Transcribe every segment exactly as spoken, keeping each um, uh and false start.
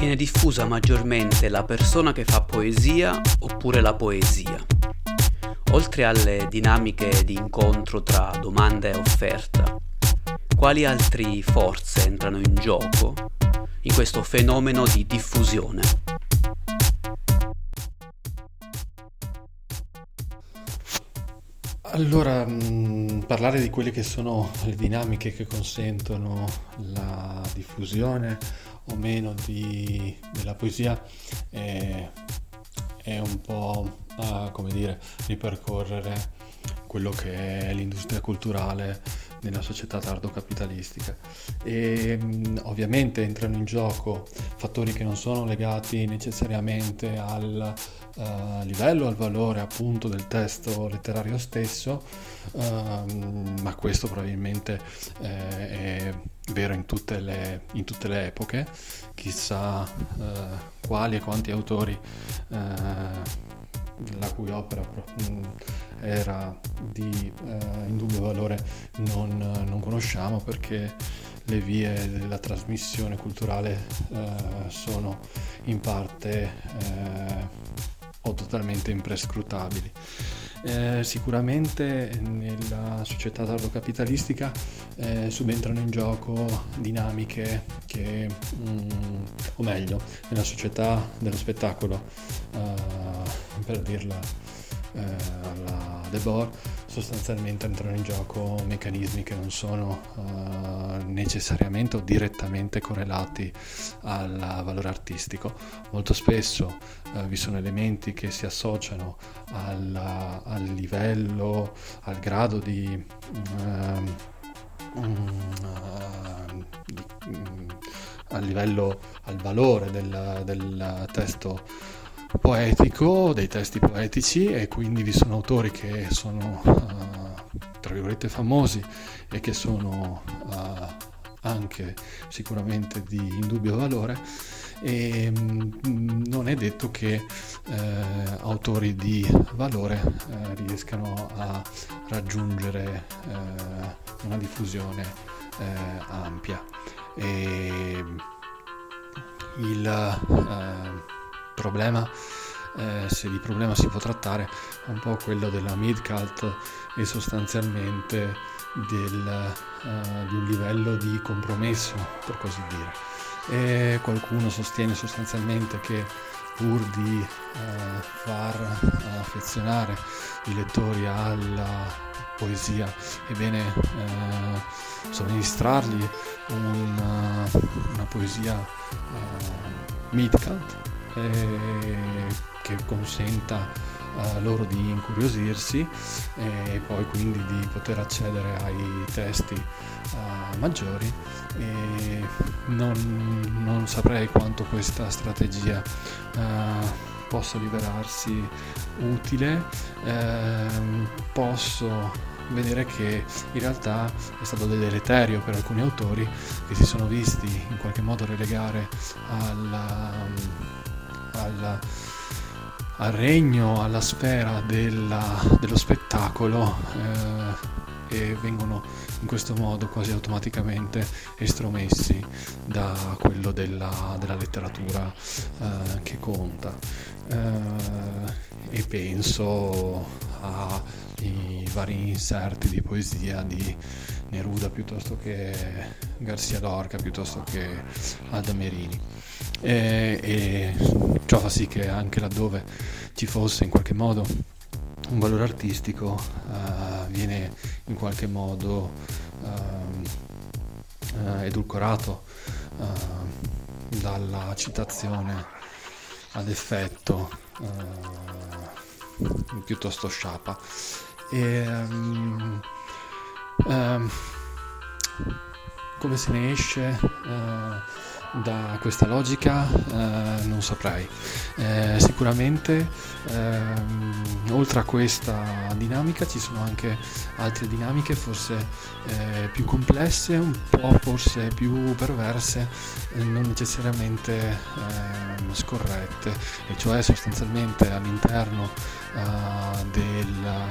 Viene diffusa maggiormente la persona che fa poesia oppure la poesia. Oltre alle dinamiche di incontro tra domanda e offerta, quali altre forze entrano in gioco in questo fenomeno di diffusione? Allora, mh, parlare di quelle che sono le dinamiche che consentono la diffusione o meno di- della poesia è, è un po', ah, come dire, ripercorrere quello che è l'industria culturale nella società tardo-capitalistica e mh, ovviamente entrano in gioco fattori che non sono legati necessariamente al eh, livello, al valore appunto del testo letterario stesso, ehm, ma questo probabilmente eh, è vero in tutte le, in tutte le epoche, chissà eh, quali e quanti autori eh, la cui opera mh, era di eh, indubbio valore non, non conosciamo, perché le vie della trasmissione culturale eh, sono in parte eh, o totalmente imprescrutabili. Eh, sicuramente nella società tardo-capitalistica eh, subentrano in gioco dinamiche che, mm, o meglio, nella società dello spettacolo, eh, per dirla eh, alla Debord, sostanzialmente entrano in gioco meccanismi che non sono eh, necessariamente o direttamente correlati al valore artistico. Molto spesso eh, vi sono elementi che si associano al, al livello, al grado di, ehm, mm, di mm, al livello, al valore del, del testo poetico, dei testi poetici, e quindi vi sono autori che sono uh, tra virgolette famosi e che sono uh, anche sicuramente di indubbio valore, e mh, non è detto che eh, autori di valore eh, riescano a raggiungere eh, una diffusione eh, ampia. E il eh, problema, eh, se di problema si può trattare, è un po' quello della mid-cult e sostanzialmente del, eh, di un livello di compromesso, per così dire. E qualcuno sostiene sostanzialmente che pur di eh, far affezionare i lettori alla poesia, è bene eh, somministrargli una, una poesia eh, mid-cult eh, che consenta eh, loro di incuriosirsi e poi quindi di poter accedere ai testi eh, maggiori. E non, non saprei quanto questa strategia eh, possa rivelarsi utile. Eh, posso vedere che in realtà è stato deleterio per alcuni autori che si sono visti in qualche modo relegare alla, alla, al regno, alla sfera della, dello spettacolo eh, e vengono in questo modo quasi automaticamente estromessi da quello della, della letteratura eh, che conta. Eh, e penso ai vari inserti di poesia di Neruda piuttosto che Garcia Lorca, piuttosto che Alda Merini, e, e ciò fa sì che anche laddove ci fosse in qualche modo un valore artistico uh, viene in qualche modo uh, uh, edulcorato uh, dalla citazione ad effetto uh, piuttosto sciapa. E, um, um, come se ne esce uh, da questa logica eh, non saprei. Eh, sicuramente ehm, oltre a questa dinamica ci sono anche altre dinamiche forse eh, più complesse, un po' forse più perverse, eh, non necessariamente eh, scorrette, e cioè sostanzialmente all'interno eh, del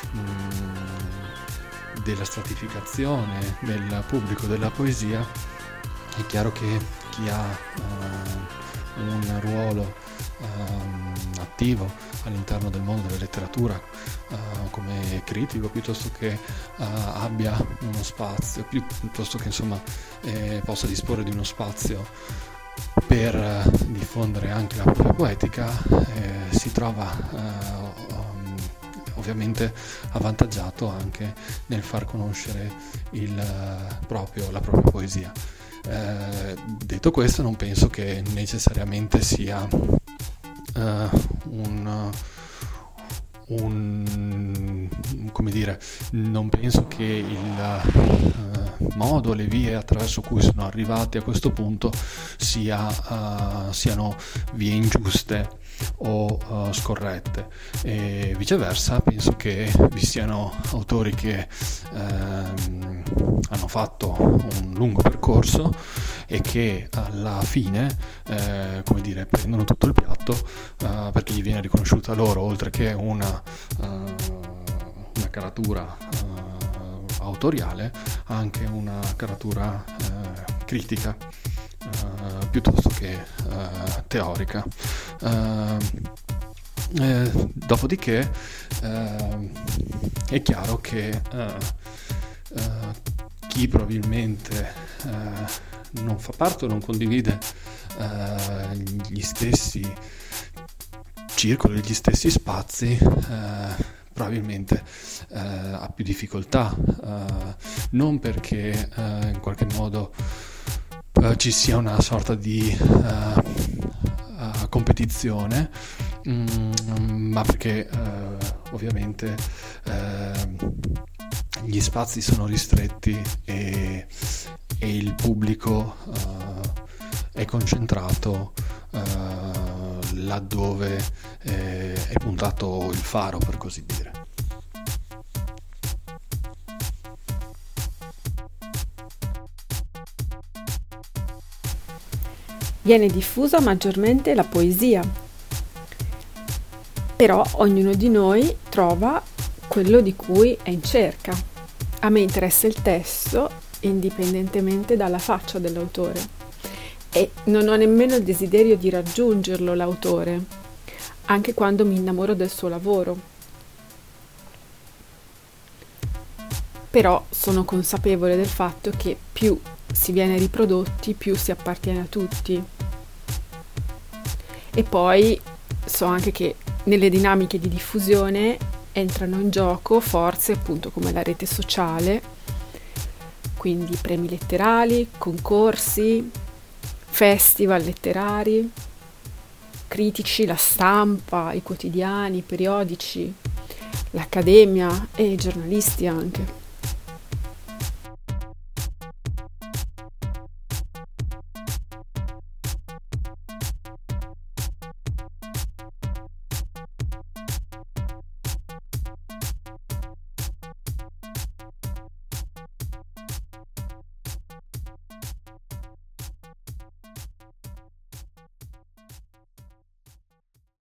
mh, della stratificazione del pubblico della poesia. È chiaro che chi ha eh, un ruolo um, attivo all'interno del mondo della letteratura uh, come critico, piuttosto che uh, abbia uno spazio, pi- piuttosto che insomma eh, possa disporre di uno spazio per uh, diffondere anche la propria poetica, eh, si trova uh, um, ovviamente avvantaggiato anche nel far conoscere il, uh, proprio, la propria poesia. Eh, detto questo, non penso che necessariamente sia uh, un, un come dire, non penso che il uh, modo, le vie attraverso cui sono arrivati a questo punto sia, uh, siano vie ingiuste o uh, scorrette, e viceversa penso che vi siano autori che ehm, hanno fatto un lungo percorso e che alla fine eh, come dire, prendono tutto il piatto uh, perché gli viene riconosciuta loro, oltre che una, uh, una caratura uh, autoriale, anche una caratura uh, critica Uh, piuttosto che uh, teorica. Uh, eh, dopodiché uh, è chiaro che uh, uh, chi probabilmente uh, non fa parte o non condivide uh, gli stessi circoli, gli stessi spazi, uh, probabilmente uh, ha più difficoltà, uh, non perché uh, in qualche modo Uh, ci sia una sorta di uh, uh, competizione, mm, ma perché uh, ovviamente uh, gli spazi sono ristretti e, e il pubblico uh, è concentrato uh, laddove eh, è puntato il faro, per così dire. Viene diffusa maggiormente la poesia, però ognuno di noi trova quello di cui è in cerca. A me interessa il testo indipendentemente dalla faccia dell'autore e non ho nemmeno il desiderio di raggiungerlo l'autore, anche quando mi innamoro del suo lavoro. Però sono consapevole del fatto che più si viene riprodotti, più si appartiene a tutti. E poi so anche che nelle dinamiche di diffusione entrano in gioco forze appunto come la rete sociale, quindi premi letterari, concorsi, festival letterari, critici, la stampa, i quotidiani, i periodici, l'accademia e i giornalisti anche.